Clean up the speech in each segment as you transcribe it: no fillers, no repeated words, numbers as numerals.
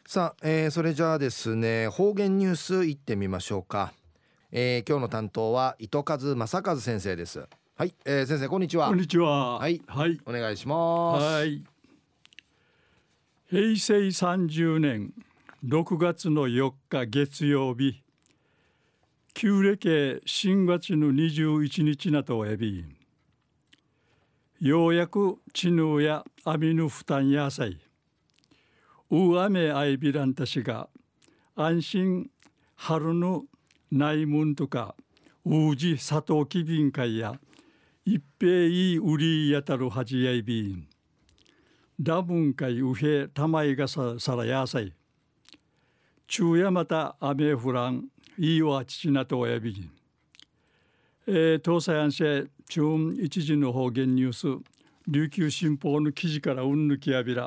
さあ、それじゃあですね、方言ニュースいってみましょうか。今日の担当は糸数正和先生です。はい、先生こんにちは。 こんにちは。 はい、 はい。 お願いします。 はい。平成30年6月の4日月曜日、旧暦新月の21日なとえび、ようやくちぬやあみぬ負担やさい、うあめあいびらんたしが、安心春の内門とか、うじ佐藤きびんかいや、一平いいうりやたるはじやいびん、ラブンカイウヘタマイガササラヤサイ昼夜また雨降らんいいわ父なとおやびん、東西安市中一時の方言ニュース琉球新報の記事からうんぬきやびら、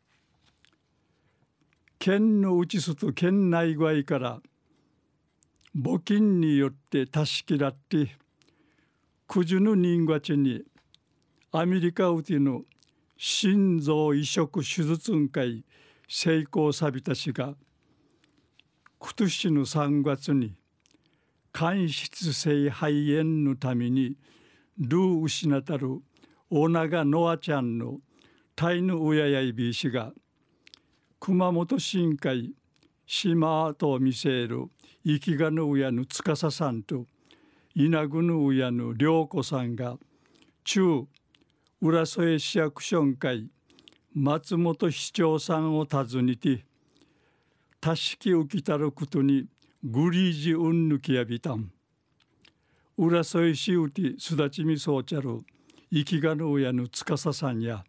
県のうちすと県内外から募金によってたしきらって九十の人月にアメリカうての心臓移植手術会成功さびたしが今年の3月に間質性肺炎のためにルー失たる大長ノアちゃんのタイの親やいびしが熊本深海島と見せる生きがの親の司さんと稲具の親の涼子さんが中浦添市役所会松本市長さんを訪ねてたしき受きたることにグリージうんぬきやびたん、浦添市うてすだちみそうちゃる生きがの親の司さんや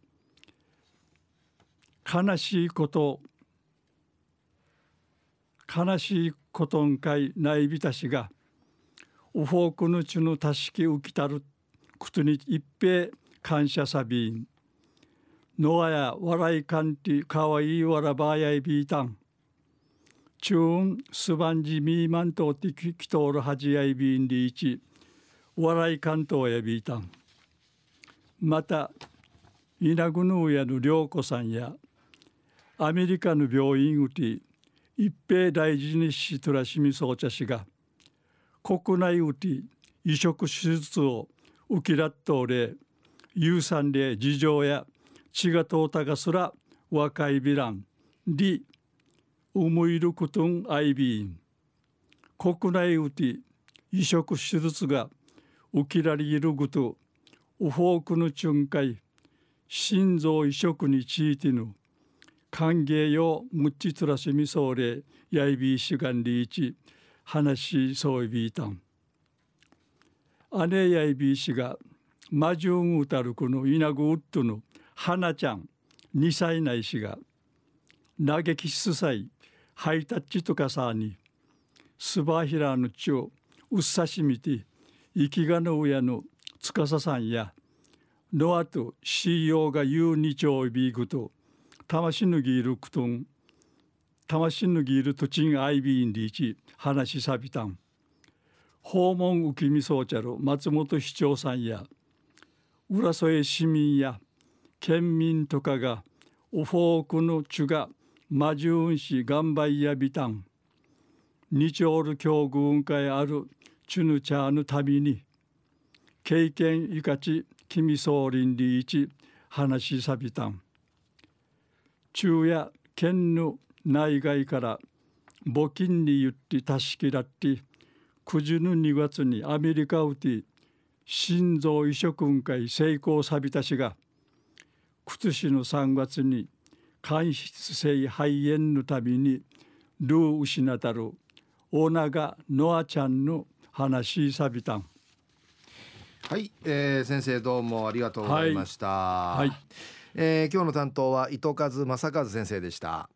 悲しいことんかいないびたしがウフォークのちのたしき受きたることに一平感謝さびんのあや笑いかんてかわいいわらばやいびいたんチューンスバンジミーマントーティキトールはじやいびんりいち笑いかんとやびいたん、また稲ぐぬうやの涼子さんやアメリカの病院うて一平大事にしとらしみそうちゃしが国内うて移植手術を受けらっとおれ有産で事情や血が通ったがすら若いビランで思いることんあいびん国内うて移植手術が受けられるぐとウフォークの巡回心臓移植についての歓迎よむっちつらしみそうれやいびしがんりいち話しそういびいたん、姉やいびしがマジュンウタルクのイナグウッドの花ちゃん2歳ないしが嘆きすさいハイタッチとかさにスバヒラのちをうっさしみて生きがの親の司さんやのあとしようが言うにちょいびぐと魂ぬぎいるくとん魂ぬぎいるとちんあいびんりいち話しさびたん、訪問受けみそうちゃる松本市長さんや浦添市民や県民とかがおフォークのちゅがマジュン市頑張りやびたん、日朝る境遇会あるチュヌチャーのたびに経験いかち君総林理一話しさびたん、中や県の内外から募金に言ってたしきらって9時の2月にアメリカうて心臓移植会成功さびたしが今年の3月に間質性肺炎のたびにルー失たる大長ノアちゃんの話さびたん。 はい、先生どうもありがとうございました。 はいはい、 今日の担当は糸数正和先生でした。